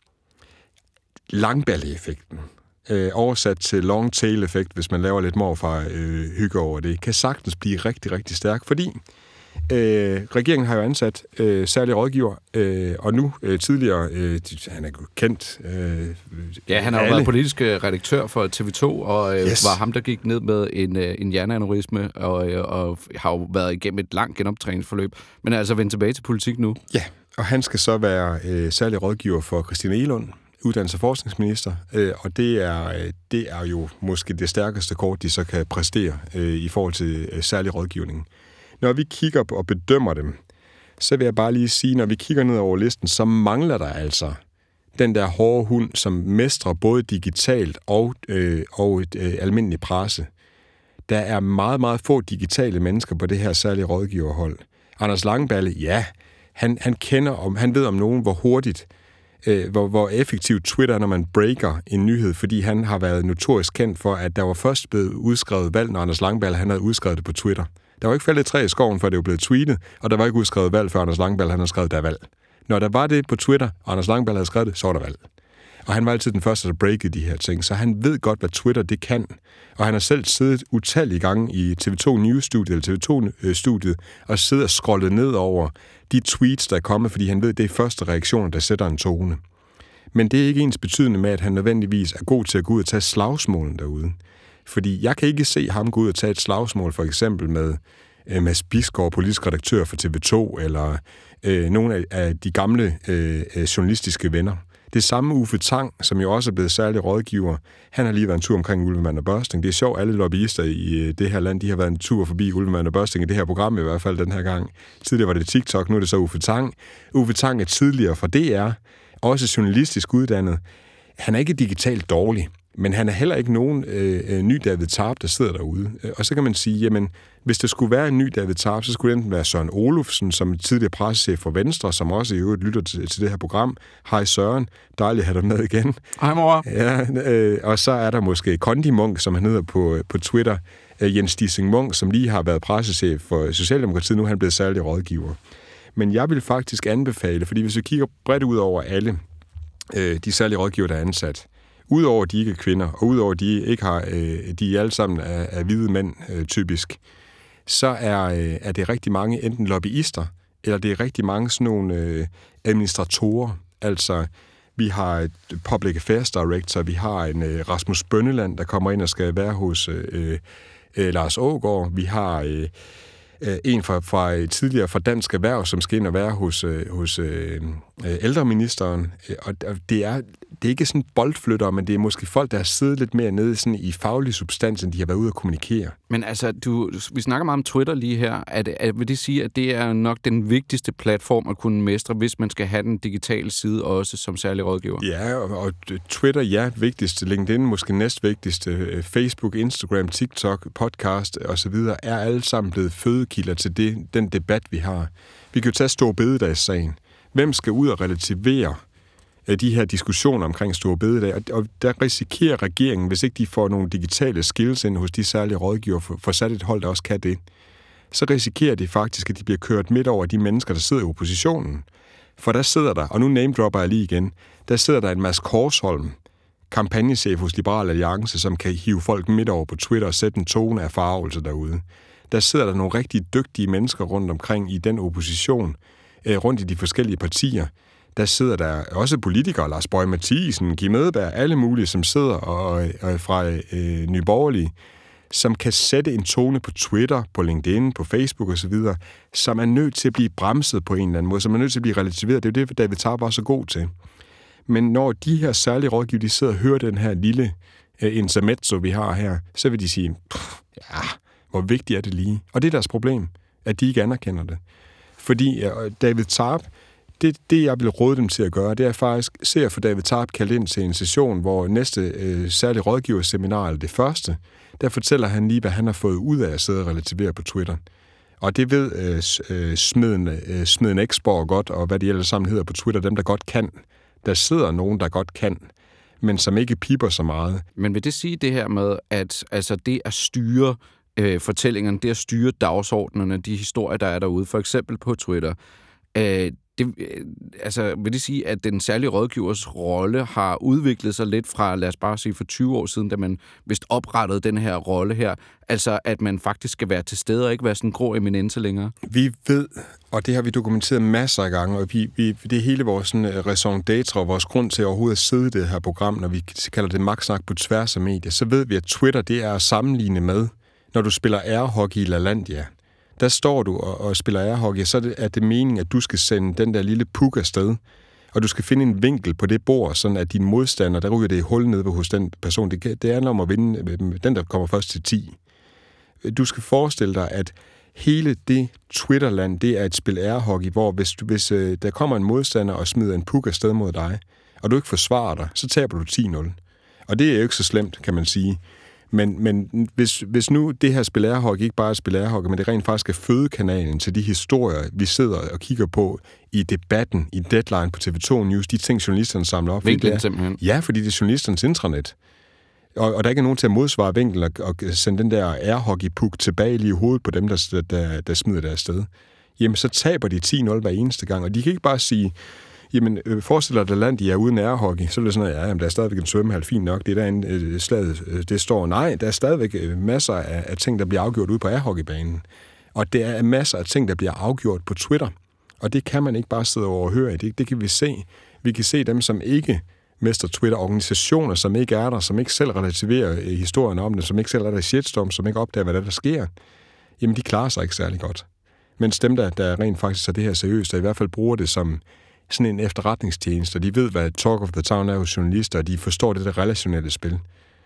langballe-effekten, øh, oversat til long tail-effekt, hvis man laver lidt morfar øh, hygge over det, kan sagtens blive rigtig, rigtig stærk, fordi Øh, regeringen har jo ansat øh, særlige rådgiver, øh, og nu øh, tidligere, øh, han er kendt. Øh, ja, han har jo været politisk redaktør for T V to, og øh, yes. var ham, der gik ned med en, øh, en hjerneaneurisme, og, øh, og har jo været igennem et langt genoptræningsforløb, men er altså vendt tilbage til politik nu. Ja, og han skal så være øh, særlig rådgiver for Christina Egelund, uddannelses- og forskningsminister, øh, og det er, øh, det er jo måske det stærkeste kort, de så kan præstere øh, i forhold til øh, særlig rådgivning. Når vi kigger på og bedømmer dem, så vil jeg bare lige sige, når vi kigger ned over listen, så mangler der altså den der hårde hund, som mestrer både digitalt og, øh, og et øh, almindeligt presse. Der er meget, meget få digitale mennesker på det her særlige rådgiverhold. Anders Langballe, ja, han, han kender om, han ved om nogen, hvor hurtigt, øh, hvor, hvor effektivt Twitter, når man breaker en nyhed, fordi han har været notorisk kendt for, at der var først blevet udskrevet valg, når Anders Langballe han havde udskrevet det på Twitter. Der var ikke faldet et træ i skoven, før det var blevet tweetet, og der var ikke udskrevet valg, før Anders Langballe han havde skrevet, der valg. Når der var det på Twitter, og Anders Langballe havde skrevet det, så var der valg. Og han var altid den første, der breakede de her ting, så han ved godt, hvad Twitter det kan. Og han har selv siddet utallige gange i T V to News-studiet, eller T V to-studiet, og siddet og scrollet ned over de tweets, der er kommet, fordi han ved, det er første reaktioner, der sætter en tone. Men det er ikke ens betydende med, at han nødvendigvis er god til at gå ud og tage slagsmålen derude. Fordi jeg kan ikke se ham gå ud og tage et slagsmål, for eksempel med øh, Mads Bisgaard, politisk redaktør for T V to, eller øh, nogle af, af de gamle øh, journalistiske venner. Det samme Uffe Tang, som jo også er blevet særlig rådgiver, han har lige været en tur omkring Ulvemann og Børsting. Det er sjovt, alle lobbyister i det her land, de har været en tur forbi Ulvemann og Børsting i det her program i hvert fald den her gang. Tidligere var det TikTok, nu er det så Uffe Tang. Uffe Tang er tidligere fra D R, også journalistisk uddannet. Han er ikke digitalt dårlig, men han er heller ikke nogen øh, ny David Tarp, der sidder derude. Og så kan man sige, jamen, hvis det skulle være en ny David Tarp, så skulle det enten være Søren Olufsen, som tidligere pressechef for Venstre, som også i øvrigt lytter til, til det her program. Hej Søren, dejligt at have dig med igen. Hej mor. Ja, øh, og så er der måske Kondi Munk, som han hedder på, på Twitter. Øh, Jens Dissing Munk, som lige har været pressechef for Socialdemokratiet, nu er han blevet særlig rådgiver. Men jeg vil faktisk anbefale, fordi hvis vi kigger bredt ud over alle øh, de særlige rådgiver, der er ansat, udover at de ikke er kvinder, og udover at de ikke har, øh, de alle sammen er, er hvide mænd, øh, typisk, så er, øh, er det rigtig mange enten lobbyister, eller det er rigtig mange sådan nogle øh, administratorer. Altså, vi har et Public Affairs Director, vi har en øh, Rasmus Bønneland, der kommer ind og skal være hos øh, øh, Lars Aagaard, vi har øh, en fra, fra tidligere fra Dansk Erhverv, som skal ind og være hos, hos øh, ældreministeren. Og det er, det er ikke sådan boldflyttere, men det er måske folk, der har siddet lidt mere nede sådan i faglig substans, end de har været ude at kommunikere. Men altså, du, vi snakker meget om Twitter lige her. At, at, vil det sige, at det er nok den vigtigste platform at kunne mestre, hvis man skal have den digitale side også som særlig rådgiver? Ja, og, og Twitter, ja, vigtigste. LinkedIn, måske næstvigtigste. Facebook, Instagram, TikTok, podcast osv. er alle sammen blevet fødekilder til det, den debat, vi har. Vi kan jo tage Store Bededagssagen. Hvem skal ud og relativere de her diskussioner omkring Store Bededag? Og der risikerer regeringen, hvis ikke de får nogle digitale skills ind hos de særlige rådgiver, for, for sat et hold, der også kan det, så risikerer de faktisk, at de bliver kørt midt over de mennesker, der sidder i oppositionen. For der sidder der, og nu name-dropper jeg lige igen, der sidder der en Mads Korsholm, kampagnechef hos Liberal Alliance, som kan hive folk midt over på Twitter og sætte en tone af forargelse derude. Der sidder der nogle rigtig dygtige mennesker rundt omkring i den opposition, rundt i de forskellige partier. Der sidder der også politikere, Lars Boje Mathiesen, Kim Edberg, alle mulige, som sidder og, og fra øh, Nye Borgerlige, som kan sætte en tone på Twitter, på LinkedIn, på Facebook osv., som er nødt til at blive bremset på en eller anden måde, som er nødt til at blive relativeret. Det er jo det, David Tarp var så god til. Men når de her særlige rådgiver, de sidder og hører den her lille øh, intermezzo, vi har her, så vil de sige, ja, hvor vigtigt er det lige? Og det er deres problem, at de ikke anerkender det. Fordi øh, David Tarp, det, det jeg vil råde dem til at gøre, det er faktisk, se at få David Tarp kaldt ind til en session, hvor næste øh, særlige rådgiverseminar, eller det første, der fortæller han lige, hvad han har fået ud af at sidde og relativere på Twitter. Og det ved øh, smeden, øh, smeden Exborg godt, og hvad de ellers sammen hedder på Twitter, dem der godt kan. Der sidder nogen, der godt kan, men som ikke piper så meget. Men vil det sige det her med, at altså, det at styre øh, fortællingerne, det at styre dagsordnerne, de historier, der er derude, for eksempel på Twitter, øh, det, øh, altså, vil det sige, at den særlige rådgivers rolle har udviklet sig lidt fra, lad os bare sige, for tyve år siden, da man vist oprettede den her rolle her, altså at man faktisk skal være til stede og ikke være sådan en grå eminence længere? Vi ved, og det har vi dokumenteret masser af gange, og vi, vi, det er hele vores sådan, raison d'être og vores grund til overhovedet at sidde i det her program, når vi kalder det magtsnak på tværs af medier, så ved vi, at Twitter, det er at sammenligne med, når du spiller airhockey i LaLandia. Der står du og, og spiller airhockey, så er det, er det meningen, at du skal sende den der lille puk afsted, og du skal finde en vinkel på det bord, sådan at din modstander, der ryger det i hul nede hos den person. Det, det handler om at vinde den, der kommer først til ti. Du skal forestille dig, at hele det Twitterland, det er et spil airhockey, hvor hvis, du, hvis øh, der kommer en modstander og smider en puk afsted mod dig, og du ikke forsvarer dig, så taber du ti nul. Og det er jo ikke så slemt, kan man sige. Men, men hvis, hvis nu det her spil airhockey ikke bare er et spil airhockey, men det rent faktisk er fødekanalen til de historier, vi sidder og kigger på i debatten, i Deadline på T V to News, de ting, journalisterne samler op. Vinklen simpelthen. Ja, fordi det er journalisternes intranet. Og, og der er ikke nogen til at modsvare vinkel og, og sende den der airhockey-puk tilbage lige i hovedet på dem, der, der, der smider det afsted. Jamen, så taber de ti nul hver eneste gang, og de kan ikke bare sige, Jamen, øh, forestil dig, at land, de er uden airhockey, så er det sådan, at ja, jamen, der er stadigvæk en svømmehal, fint nok, det er der en øh, slaget, øh, det står. Nej, der er stadigvæk øh, masser af, af ting, der bliver afgjort ude på airhockeybanen. Og der er masser af ting, der bliver afgjort på Twitter. Og det kan man ikke bare sidde over og høre i. Det, det kan vi se. Vi kan se dem, som ikke mester Twitter, organisationer, som ikke er der, som ikke selv relativerer øh, historien om det, som ikke selv er der i shitstorm, som ikke opdager, hvad der, der sker. Jamen, de klarer sig ikke særlig godt. Mens dem, der, der rent faktisk tager det her seriøst, der i hvert fald bruger det som sådan en efterretningstjeneste, og de ved, hvad Talk of the Town er hos journalister, og de forstår det der relationelle spil.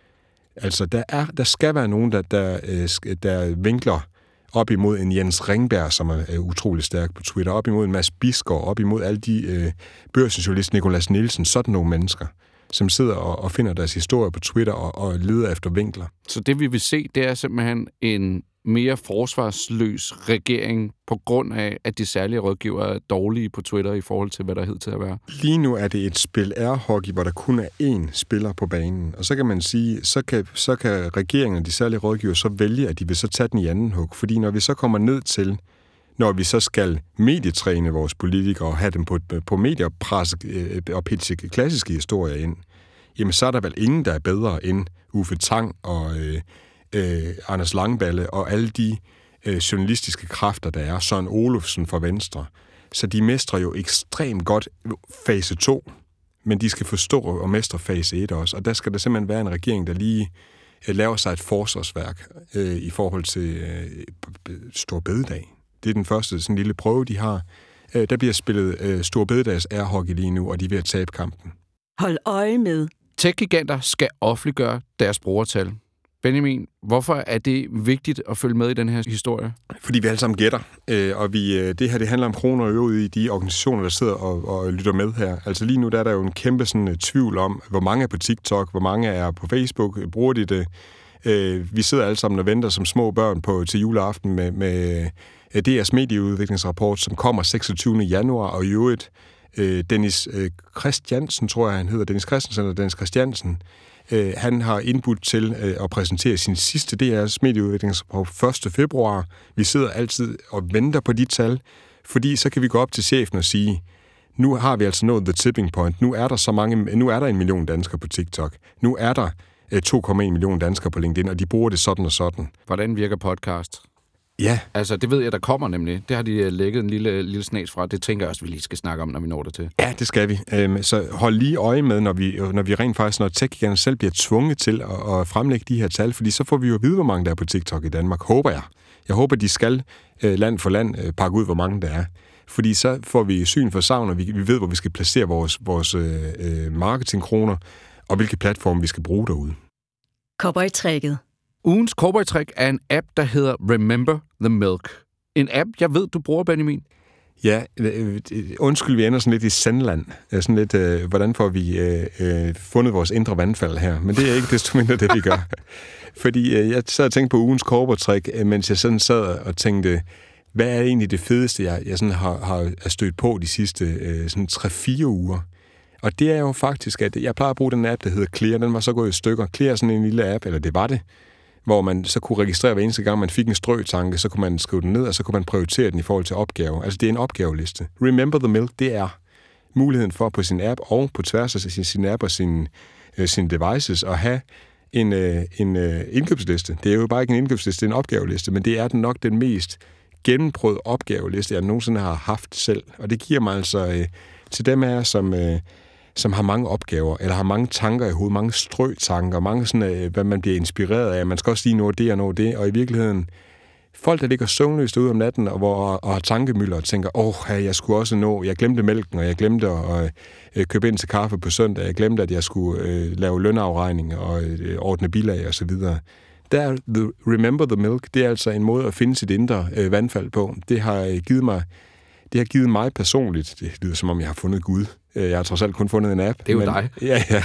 Altså, der, er, der skal være nogen, der, der, der vinkler op imod en Jens Ringberg, som er utrolig stærk på Twitter, op imod en Mads Bisgaard, op imod alle de øh, børsjournalister, Nicolas Nielsen, sådan nogle mennesker, som sidder og, og finder deres historie på Twitter og, og leder efter vinkler. Så det, vi vil se, det er simpelthen en mere forsvarsløs regering på grund af, at de særlige rådgivere er dårlige på Twitter i forhold til, hvad der hed til at være. Lige nu er det et spil airhockey, hvor der kun er én spiller på banen. Og så kan man sige, så kan, så kan regeringen og de særlige rådgivere så vælge, at de vil så tage den i anden hug. Fordi når vi så kommer ned til, når vi så skal medietræne vores politikere og have dem på, på medier og, presse, og pitche klassiske historier ind, jamen så er der vel ingen, der er bedre end Uffe Tang og øh, øh, Anders Langballe og alle de øh, journalistiske kræfter, der er. Søren Olufsen fra Venstre. Så de mestrer jo ekstremt godt fase to, men de skal forstå og mestre fase et også. Og der skal der simpelthen være en regering, der lige øh, laver sig et forsvarsværk øh, i forhold til øh, Stor Bededag. Det er den første sådan lille prøve, de har. Øh, der bliver spillet øh, Stor Bededags airhockey lige nu, og de er ved at tabe kampen. Hold øje med. Tech-giganter skal offentliggøre deres brugertal. Benjamin, hvorfor er det vigtigt at følge med i den her historie? Fordi vi alle sammen gætter, øh, og vi, øh, det her det handler om kroner og øre i de organisationer, der sidder og, og lytter med her. Altså lige nu der er der jo en kæmpe sådan, uh, tvivl om, hvor mange er på TikTok, hvor mange er på Facebook, bruger de det. Øh, vi sidder alle sammen og venter som små børn på til juleaften med, med uh, D R's medieudviklingsrapport, som kommer seksogtyvende januar, og i øvrigt øh, Dennis øh, Christiansen, tror jeg han hedder, Dennis Christensen eller Dennis Christiansen, øh, han har indbudt til øh, at præsentere sin sidste D R's medieudviklingsrapport første februar. Vi sidder altid og venter på de tal, fordi så kan vi gå op til chefen og sige, nu har vi altså nået the tipping point, nu er der så mange, nu er der en million danskere på TikTok, nu er der øh, to komma en million danskere på LinkedIn, og de bruger det sådan og sådan. Hvordan virker podcast? Ja. Altså, det ved jeg, der kommer nemlig. Det har de lægget en lille, lille snas fra. Det tænker jeg også, vi lige skal snakke om, når vi når det til. Ja, det skal vi. Øhm, så hold lige øje med, når vi, når vi rent faktisk, når tech-giganterne selv bliver tvunget til at, at fremlægge de her tal, fordi så får vi jo at vide, hvor mange der er på TikTok i Danmark, håber jeg. Jeg håber, de skal øh, land for land øh, pakke ud, hvor mange der er. Fordi så får vi syn for savn, og vi, vi ved, hvor vi skal placere vores, vores øh, marketingkroner, og hvilke platforme vi skal bruge derude. Cowboy-tricket. Ugens cowboy-trick er en app, der hedder Remember the Milk. En app, jeg ved, du bruger, Benjamin. Ja, øh, undskyld, vi ender sådan lidt i sandland. Sådan lidt, øh, hvordan får vi øh, øh, fundet vores indre vandfald her? Men det er ikke desto mindre det, vi gør. Fordi øh, jeg sad og tænkte på ugens cowboy-trick, øh, mens jeg sådan sad og tænkte, hvad er egentlig det fedeste, jeg, jeg sådan har, har stødt på de sidste øh, sådan tre fire uger? Og det er jo faktisk, at jeg plejer at bruge den app, der hedder Clear. Den var så gået i stykker. Clear er sådan en lille app, eller det var det, hvor man så kunne registrere hver eneste gang, man fik en strøtanke, så kunne man skrive den ned, og så kunne man prioritere den i forhold til opgaver. Altså, det er en opgaveliste. Remember the Milk, det er muligheden for på sin app og på tværs af sin, sin app og sin, øh, sine devices at have en, øh, en øh, indkøbsliste. Det er jo bare ikke en indkøbsliste, det er en opgaveliste, men det er den nok den mest gennemprøvede opgaveliste, jeg nogensinde har haft selv. Og det giver mig altså øh, til dem af jer, som... Øh, som har mange opgaver, eller har mange tanker i hovedet, mange strøtanker, mange sådan, hvad man bliver inspireret af. Man skal også lige nå det og nå det, og i virkeligheden, folk, der ligger søvnløst ude om natten, og, hvor, og har tankemylder og tænker, åh, oh, jeg skulle også nå, jeg glemte mælken, og jeg glemte at øh, købe ind til kaffe på søndag, jeg glemte, at jeg skulle øh, lave lønafregning og øh, ordne bilag og så videre. Der, the, Remember the Milk, det er altså en måde at finde sit indre øh, vandfald på. Det har øh, givet mig Det har givet mig personligt, det lyder som om jeg har fundet Gud. Jeg har trods alt kun fundet en app. Det er jo men, dig. Ja, ja.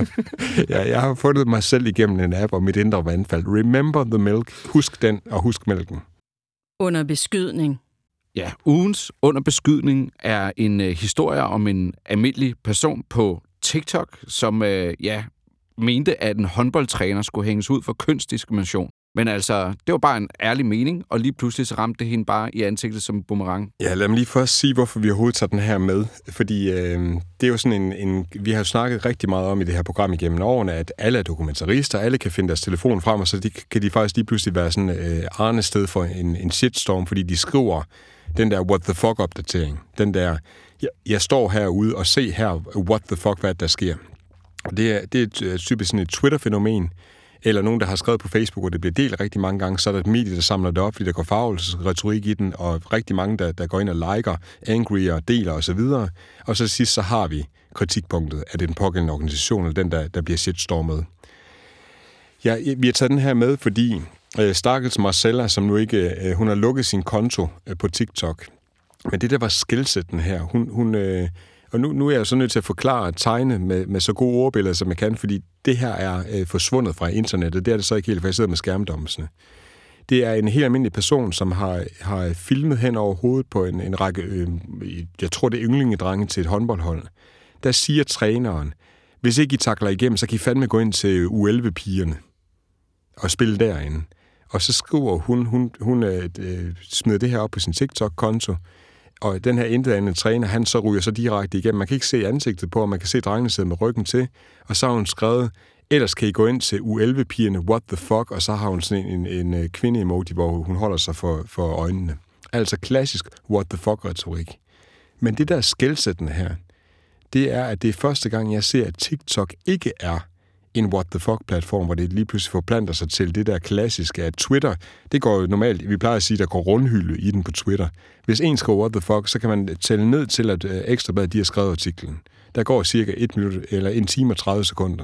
ja, jeg har fundet mig selv igennem en app og mit indre vandfald. Remember the Milk. Husk den, og husk mælken. Under beskydning. Ja, ugens under beskydning er en øh, historie om en almindelig person på TikTok, som øh, ja, mente, at en håndboldtræner skulle hænges ud for kønsdiskrimination. Men altså, det var bare en ærlig mening, og lige pludselig så ramte det hende bare i ansigtet som en boomerang. Ja, lad mig lige først sige, hvorfor vi overhovedet tager den her med. Fordi øh, det er jo sådan en, en... Vi har jo snakket rigtig meget om i det her program igennem årene, at alle er dokumentarister, alle kan finde deres telefon frem, og så de, kan de faktisk lige pludselig være sådan øh, arnested for en, en shitstorm, fordi de skriver den der what the fuck-opdatering. Den der, jeg, jeg står herude og se her, what the fuck, hvad der sker. Det er, det er typisk sådan et Twitter-fænomen, eller nogen, der har skrevet på Facebook, og det bliver delt rigtig mange gange, så er der et medie, der samler det op, fordi der går farvelsesretorik i den, og rigtig mange, der, der går ind og liker, angry og deler osv. Og, og så sidst, så har vi kritikpunktet af den pågældende organisation, eller den, der, der bliver shitstormet. Ja, vi har taget den her med, fordi øh, stakkels Marcella, som nu ikke, øh, hun har lukket sin konto øh, på TikTok. Men det, der var skelsættende her, hun... hun øh, Og nu, nu er jeg så nødt til at forklare og tegne med, med så gode ordbilleder, som jeg kan, fordi det her er øh, forsvundet fra internettet. Det er det så ikke helt, for jeg sidder med skærmdommelsene. Det er en helt almindelig person, som har, har filmet hen over hovedet på en, en række, øh, jeg tror det er yndlingedrenge til et håndboldhold. Der siger træneren, hvis ikke I takler igennem, så kan I fandme gå ind til U elleve-pigerne og spille derinde. Og så skriver hun, hun, hun øh, smider det her op på sin TikTok-konto, og den her intet andet træner, han så ryger så direkte igennem. Man kan ikke se ansigtet på, og man kan se drengene sidde med ryggen til. Og så har hun skrevet, ellers kan I gå ind til U elleve-pigerne, what the fuck? Og så har hun sådan en, en, en kvinde-emoji, hvor hun holder sig for, for øjnene. Altså klassisk what the fuck-retorik. Men det, der er skelsættende her, det er, at det er første gang, jeg ser, at TikTok ikke er en what the fuck-platform, hvor det lige pludselig forplanter sig til det der klassiske, at Twitter, det går jo normalt, vi plejer at sige, der går rundhylde i den på Twitter. Hvis en skriver what the fuck, så kan man tælle ned til, at Ekstra Bladet, de har skrevet artiklen. Der går cirka et minut, eller en time og tredive sekunder.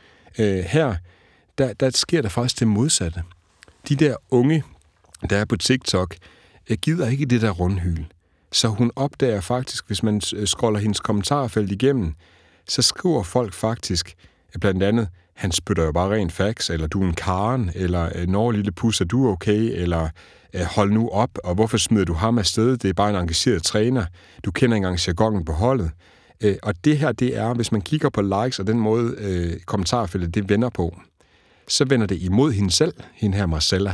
Øh, her, der, der sker der faktisk det modsatte. De der unge, der er på TikTok, gider ikke det der rundhylde. Så hun opdager faktisk, hvis man scroller hendes kommentarfelt igennem, så skriver folk faktisk, blandt andet, han spytter jo bare rent facts, eller du er en karen, eller når lille pus, er du okay, eller hold nu op, og hvorfor smider du ham afsted? Det er bare en engageret træner. Du kender ikke engang jargonen på holdet. Og det her, det er, hvis man kigger på likes og den måde øh, kommentarfeltet, det vender på, så vender det imod hende selv, hende her Marcella.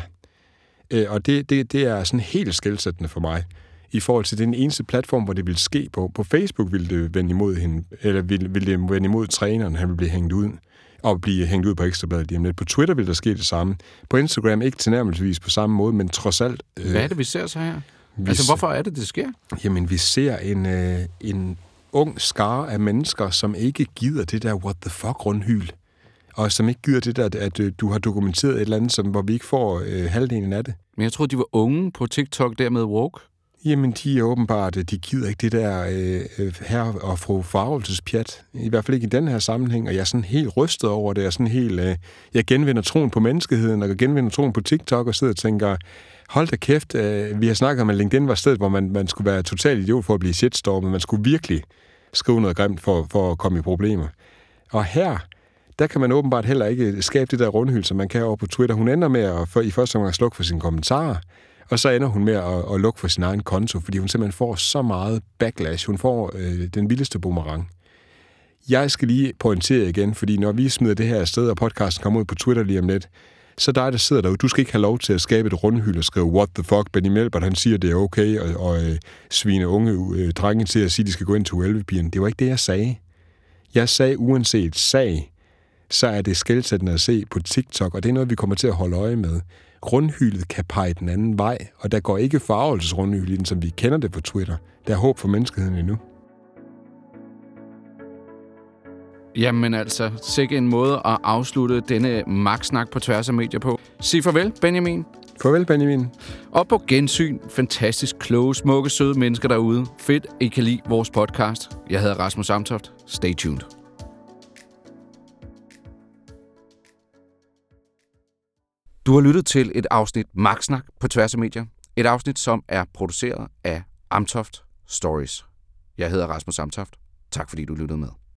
Øh, og det, det, det er sådan helt skelsættende for mig, i forhold til den eneste platform, hvor det ville ske på. På Facebook ville det vende imod hende, eller ville, ville det vende imod træneren, han ville blive hængt ud, og blive hængt ud på Ekstra Bladet lige om lidt. På Twitter ville der ske det samme. På Instagram ikke tilnærmelsesvis på samme måde, men trods alt... Øh, Hvad er det, vi ser så her? Vi, altså, hvorfor er det, det sker? Jamen, vi ser en, øh, en ung skare af mennesker, som ikke gider det der what the fuck rundhyl, og som ikke gider det der, at øh, du har dokumenteret et eller andet, som, hvor vi ikke får øh, halvdelen af det. Men jeg troede, de var unge på TikTok, dermed woke. Jamen, de er åbenbart, de gider ikke det der øh, herre og fru farvelsespjat. I hvert fald ikke i den her sammenhæng, og jeg er sådan helt rystet over det. Jeg er sådan helt, øh, jeg genvinder troen på menneskeheden, og jeg genvinder troen på TikTok, og sidder og tænker, hold da kæft, øh, vi har snakket om, at LinkedIn var stedet, hvor man, man skulle være totalt idiot for at blive shitstormet. Man skulle virkelig skrive noget grimt for, for at komme i problemer. Og her, der kan man åbenbart heller ikke skabe det der rundhyld, som man kan over på Twitter. Hun ender med at for, i første omgang slukke for sine kommentarer, og så ender hun med at, at lukke for sin egen konto, fordi hun simpelthen får så meget backlash. Hun får øh, den vildeste boomerang. Jeg skal lige pointere igen, fordi når vi smider det her afsted, og podcasten kommer ud på Twitter lige om lidt, så dig, der sidder derude, du skal ikke have lov til at skabe et rundhyld og skrive, what the fuck, Benny Melbert, han siger, det er okay, og, og øh, svine unge øh, drenge til at sige, de skal gå ind til U elleve-pigerne. Det var ikke det, jeg sagde. Jeg sagde, uanset sag, så er det skelsættende at se på TikTok, og det er noget, vi kommer til at holde øje med. Rundhyldet kan pege den anden vej, og der går ikke farvelsesrundhyld i den, som vi kender det på Twitter. Der er håb for menneskeheden endnu. Jamen altså, sikke en måde at afslutte denne magtsnak på tværs af medier på. Sig farvel, Benjamin. Farvel, Benjamin. Og på gensyn, fantastisk kloge, smukke, søde mennesker derude. Fedt, I kan lide vores podcast. Jeg hedder Rasmus Amtoft. Stay tuned. Du har lyttet til et afsnit Magtsnak på tværs af medier. Et afsnit, som er produceret af Amtoft Stories. Jeg hedder Rasmus Amtoft. Tak fordi du lyttede med.